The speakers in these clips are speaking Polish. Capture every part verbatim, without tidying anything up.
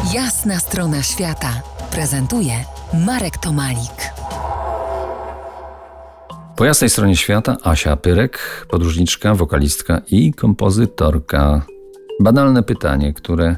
Jasna strona świata prezentuje Marek Tomalik. Po jasnej stronie świata Asia Pyrek, podróżniczka, wokalistka i kompozytorka. Banalne pytanie, które,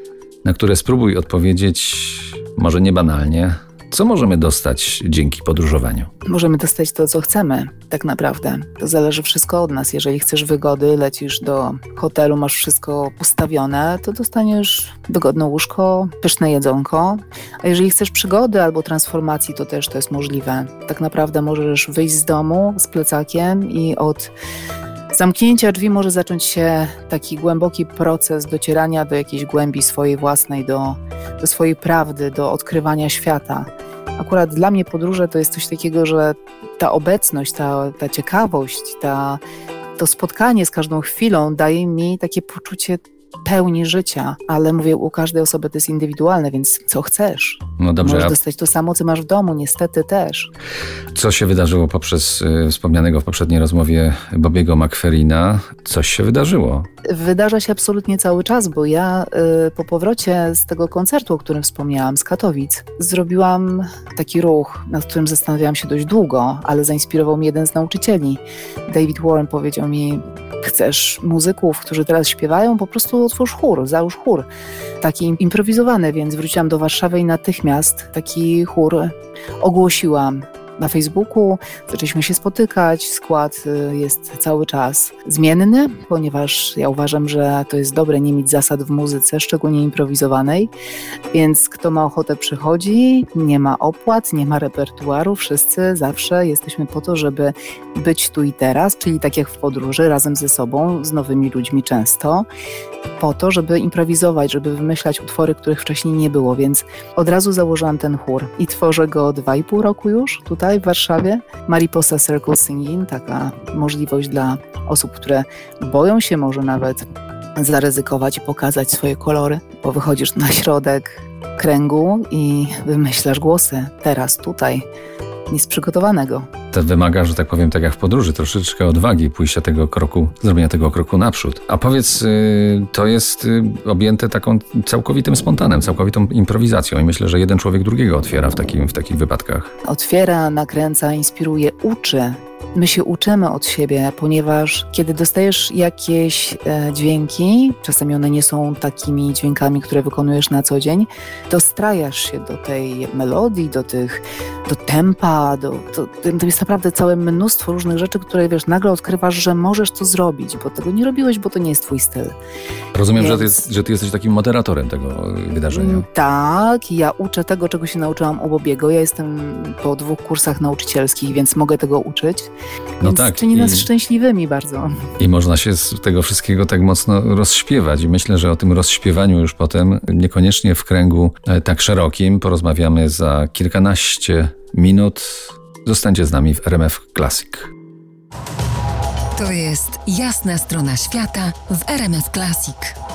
na które spróbuj odpowiedzieć może nie banalnie. Co możemy dostać dzięki podróżowaniu? Możemy dostać to, co chcemy, tak naprawdę. To zależy wszystko od nas. Jeżeli chcesz wygody, lecisz do hotelu, masz wszystko ustawione, to dostaniesz wygodne łóżko, pyszne jedzonko. A jeżeli chcesz przygody albo transformacji, to też to jest możliwe. Tak naprawdę możesz wyjść z domu z plecakiem i od zamknięcia drzwi może zacząć się taki głęboki proces docierania do jakiejś głębi swojej własnej, do, do swojej prawdy, do odkrywania świata. Akurat dla mnie podróże to jest coś takiego, że ta obecność, ta, ta ciekawość, ta, to spotkanie z każdą chwilą daje mi takie poczucie pełni życia, ale mówię, u każdej osoby to jest indywidualne, więc co chcesz? No dobrze, Możesz a... dostać to samo, co masz w domu, niestety też. Co się wydarzyło poprzez y, wspomnianego w poprzedniej rozmowie Bobiego McFerrina? Coś się wydarzyło. Wydarza się absolutnie cały czas, bo ja y, po powrocie z tego koncertu, o którym wspomniałam, z Katowic, zrobiłam taki ruch, nad którym zastanawiałam się dość długo, ale zainspirował mnie jeden z nauczycieli. David Warren powiedział mi: chcesz muzyków, którzy teraz śpiewają? Po prostu otwórz chór, załóż chór. Taki improwizowany, więc wróciłam do Warszawy i natychmiast taki chór ogłosiłam na Facebooku. Zaczęliśmy się spotykać, skład jest cały czas zmienny, ponieważ ja uważam, że to jest dobre nie mieć zasad w muzyce, szczególnie improwizowanej, więc kto ma ochotę przychodzi, nie ma opłat, nie ma repertuaru, wszyscy zawsze jesteśmy po to, żeby być tu i teraz, czyli tak jak w podróży, razem ze sobą, z nowymi ludźmi często, po to, żeby improwizować, żeby wymyślać utwory, których wcześniej nie było, więc od razu założyłam ten chór i tworzę go dwa i pół roku już tutaj w Warszawie. Mariposa Circle Singing, taka możliwość dla osób, które boją się może nawet zaryzykować i pokazać swoje kolory, bo wychodzisz na środek kręgu i wymyślasz głosy teraz, tutaj, nic przygotowanego. To wymaga, że tak powiem, tak jak w podróży, troszeczkę odwagi, pójścia tego kroku, zrobienia tego kroku naprzód. A powiedz, to jest objęte taką całkowitym spontanem, całkowitą improwizacją i myślę, że jeden człowiek drugiego otwiera w, takim, w takich wypadkach. Otwiera, nakręca, inspiruje, uczy. My się uczymy od siebie, ponieważ kiedy dostajesz jakieś e, dźwięki, czasami one nie są takimi dźwiękami, które wykonujesz na co dzień, dostrajasz się do tej melodii, do tych, do tempa, do, do, to jest naprawdę całe mnóstwo różnych rzeczy, które wiesz, nagle odkrywasz, że możesz to zrobić, bo tego nie robiłeś, bo to nie jest twój styl. Rozumiem, Więc... że, ty jest, że ty jesteś takim moderatorem tego wydarzenia. Tak, ja uczę tego, czego się nauczyłam u Bobiego. Ja jestem po dwóch kursach nauczycielskich, więc mogę tego uczyć. No Więc tak, czyni i, nas szczęśliwymi bardzo. I można się z tego wszystkiego tak mocno rozśpiewać. I myślę, że o tym rozśpiewaniu już potem, niekoniecznie w kręgu tak szerokim, porozmawiamy za kilkanaście minut. Zostańcie z nami w R M F Classic. To jest Jasna strona świata w R M F Classic.